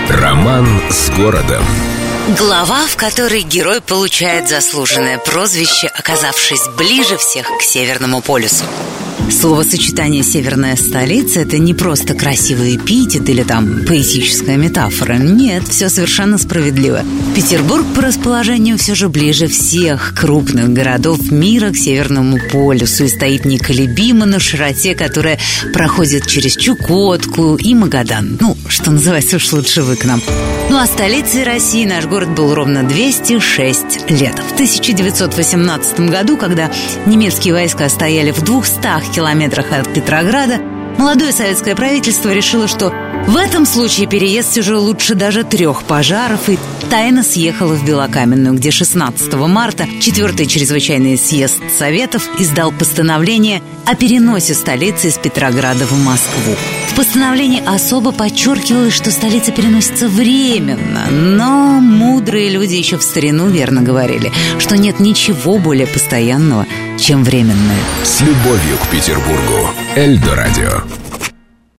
Роман с городом. Глава, в которой герой получает заслуженное прозвище, оказавшись ближе всех к Северному полюсу. Словосочетание «северная столица» — это не просто красивый эпитет или там поэтическая метафора. Нет, все совершенно справедливо. Петербург по расположению все же ближе всех крупных городов мира к Северному полюсу и стоит неколебимо на широте, которая проходит через Чукотку и Магадан. Что называется, уж лучше вы к нам. А столицей России наш город был ровно 206 лет. В 1918 году, когда немецкие войска стояли в 200 километрах от Петрограда, молодое советское правительство решило, что в этом случае переезд уже лучше даже 3 пожаров, и тайно съехало в Белокаменную, где 16 марта 4-й чрезвычайный съезд Советов издал постановление о переносе столицы из Петрограда в Москву. В постановлении особо подчеркивалось, что столица переносится временно, но мудрые люди еще в старину верно говорили, что нет ничего более постоянного, чем временное. С любовью к Петербургу. Эльдо радио.